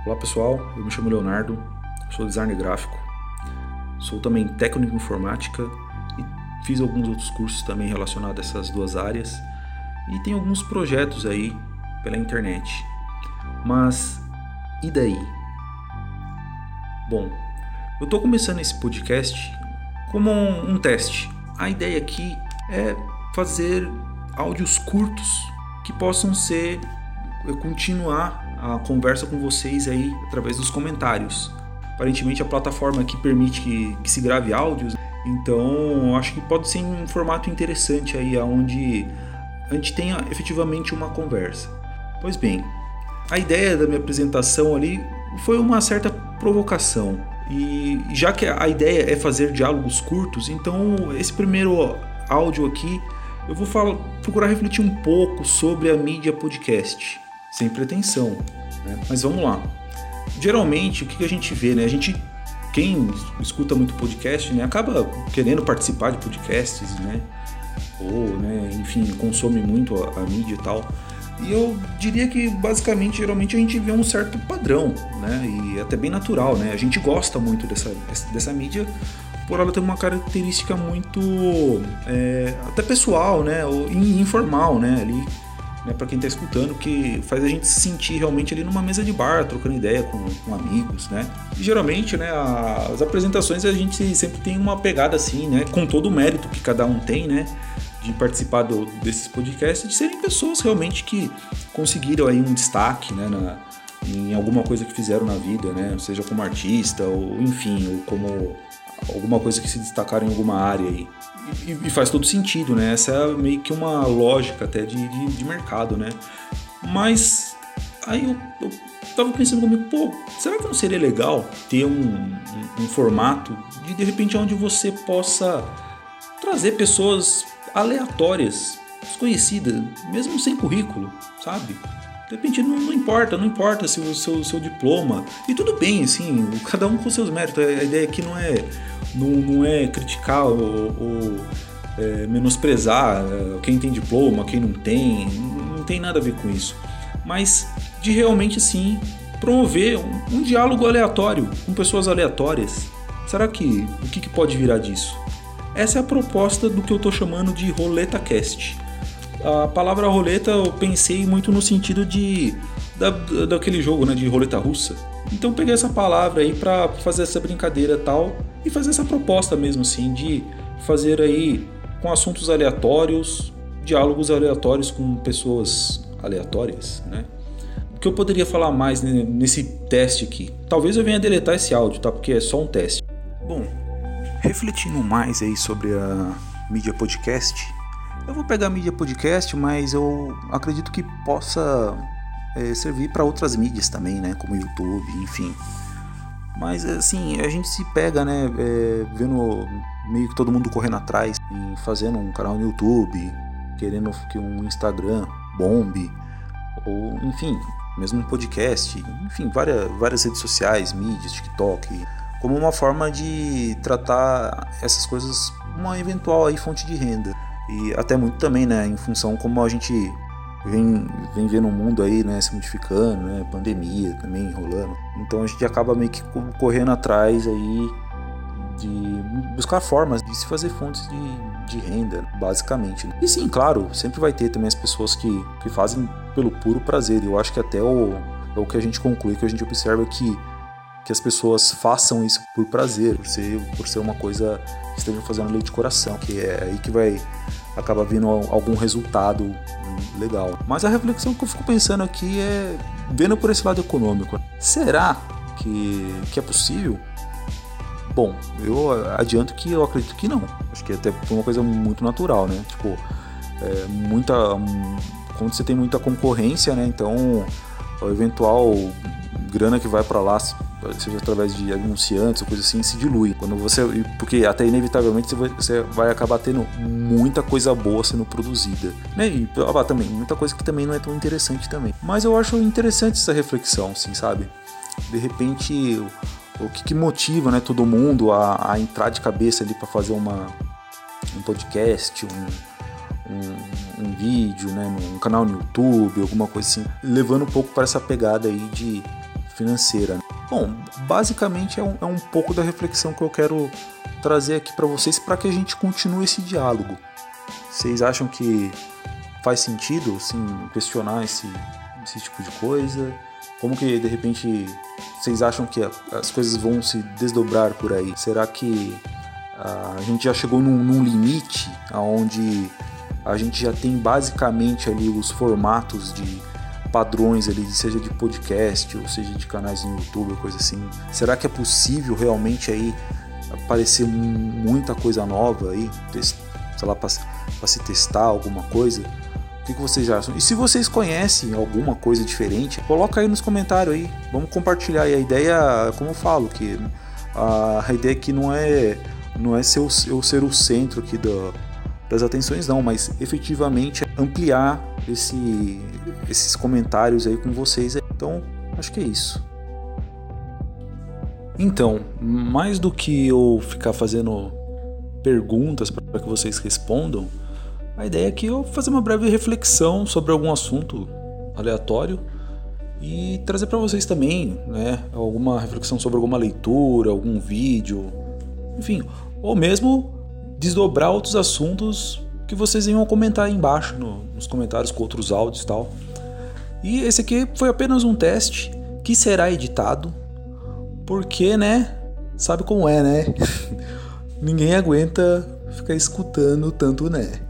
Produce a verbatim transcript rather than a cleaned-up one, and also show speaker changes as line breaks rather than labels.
Olá pessoal, eu me chamo Leonardo, sou designer gráfico, sou também técnico em informática e fiz alguns outros cursos também relacionados a essas duas áreas e tenho alguns projetos aí pela internet. Mas e daí? Bom, eu estou começando esse podcast como um, um teste. A ideia aqui é fazer áudios curtos que possam ser, continuar a conversa com vocês aí através dos comentários. Aparentemente a plataforma aqui permite que, que se grave áudios, então acho que pode ser um formato interessante aí, onde a gente tenha efetivamente uma conversa. Pois bem, a ideia da minha apresentação ali foi uma certa provocação, e já que a ideia é fazer diálogos curtos, então esse primeiro áudio aqui eu vou falar, procurar refletir um pouco sobre a mídia podcast, sem pretensão, né? Mas vamos lá. Geralmente o que a gente vê, né? A gente, quem escuta muito podcast, né, acaba querendo participar de podcasts, né? Ou, né, enfim, consome muito a, a mídia e tal. E eu diria que basicamente, geralmente a gente vê um certo padrão, né? E até bem natural, né? A gente gosta muito dessa, dessa mídia, por ela ter uma característica muito é, até pessoal, né? Ou informal, né? Ali, né, para quem está escutando, que faz a gente se sentir realmente ali numa mesa de bar, trocando ideia com, com amigos, né? E geralmente, né, a, as apresentações a gente sempre tem uma pegada assim, né, com todo o mérito que cada um tem, né, de participar do, desses podcasts, de serem pessoas realmente que conseguiram aí um destaque, né, na, em alguma coisa que fizeram na vida, né, seja como artista ou enfim, ou como alguma coisa que se destacaram em alguma área aí. E, e faz todo sentido, né? Essa é meio que uma lógica até de, de, de mercado, né? Mas aí eu, eu tava pensando comigo, pô, será que não seria legal ter um, um, um formato de, de repente, onde você possa trazer pessoas aleatórias, desconhecidas, mesmo sem currículo, sabe? De repente não, não importa, não importa se o seu, seu diploma, e tudo bem, assim, cada um com seus méritos. A ideia aqui não é, não, não é criticar ou, ou é, menosprezar quem tem diploma, quem não tem, não tem nada a ver com isso. Mas de realmente, assim, promover um, um diálogo aleatório com pessoas aleatórias. Será que, o que, que pode virar disso? Essa é a proposta do que eu estou chamando de Roleta Cast. A palavra roleta eu pensei muito no sentido de da, daquele jogo, né, de roleta russa. Então peguei essa palavra aí para fazer essa brincadeira e tal, e fazer essa proposta mesmo assim, de fazer aí com assuntos aleatórios, diálogos aleatórios com pessoas aleatórias, né? O que eu poderia falar mais nesse teste aqui? Talvez eu venha deletar esse áudio, tá? Porque é só um teste. Bom, refletindo mais aí sobre a mídia podcast, eu vou pegar a mídia podcast, mas eu acredito que possa é, servir para outras mídias também, né? Como YouTube, enfim. Mas assim, a gente se pega, né? É, vendo meio que todo mundo correndo atrás, em fazendo um canal no YouTube, querendo que um Instagram bombe, ou enfim, mesmo um podcast, enfim, várias, várias redes sociais, mídias, TikTok, como uma forma de tratar essas coisas uma eventual aí fonte de renda. E até muito também, né, em função como a gente vem, vem vendo o mundo aí, né, se modificando, né, pandemia também rolando. Então a gente acaba meio que correndo atrás aí de buscar formas de se fazer fontes de, de renda, basicamente, né? E sim, claro, sempre vai ter também as pessoas que, que fazem pelo puro prazer. E eu acho que até o, é o que a gente conclui, que a gente observa que que as pessoas façam isso por prazer, por ser, por ser uma coisa que estejam fazendo lei de coração, que é aí que vai acabar vindo algum resultado legal. Mas a reflexão que eu fico pensando aqui é, vendo por esse lado econômico, será que, que é possível? Bom, eu adianto que eu acredito que não. Acho que até é uma coisa muito natural, né? Tipo, é, muita, quando você tem muita concorrência, né? Então, o eventual grana que vai para lá, seja através de anunciantes ou coisa assim, se dilui. Quando você, porque até inevitavelmente você vai acabar tendo muita coisa boa sendo produzida, né? E ah, também muita coisa que também não é tão interessante também. Mas eu acho interessante essa reflexão, assim, sabe? De repente, o, o que, que motiva, né, todo mundo a, a entrar de cabeça ali para fazer uma, um podcast, um, um, um vídeo, né, um canal no YouTube, alguma coisa assim, levando um pouco para essa pegada aí de financeira. Bom, basicamente é um, é um pouco da reflexão que eu quero trazer aqui para vocês, para que a gente continue esse diálogo. Vocês acham que faz sentido, assim, questionar esse, esse tipo de coisa? Como que, de repente, vocês acham que as coisas vão se desdobrar por aí? Será que a gente já chegou num, num limite onde a gente já tem basicamente ali os formatos de padrões ali, seja de podcast ou seja de canais no YouTube, coisa assim? Será que é possível realmente aí aparecer muita coisa nova aí, sei lá, para se testar alguma coisa? O que, que vocês acham? E se vocês conhecem alguma coisa diferente, coloca aí nos comentários aí, vamos compartilhar aí. A ideia, como eu falo, que a, a ideia aqui não é, não é ser o, eu ser o centro aqui da, das atenções não, mas efetivamente ampliar esse, esses comentários aí com vocês. Então, acho que é isso. Então, mais do que eu ficar fazendo perguntas para que vocês respondam, a ideia é que eu fazer uma breve reflexão sobre algum assunto aleatório e trazer para vocês também, né, alguma reflexão sobre alguma leitura, algum vídeo, enfim, ou mesmo desdobrar outros assuntos que vocês venham comentar aí embaixo no, nos comentários com outros áudios e tal. E esse aqui foi apenas um teste que será editado, porque, né, sabe como é, né? Ninguém aguenta ficar escutando tanto, né?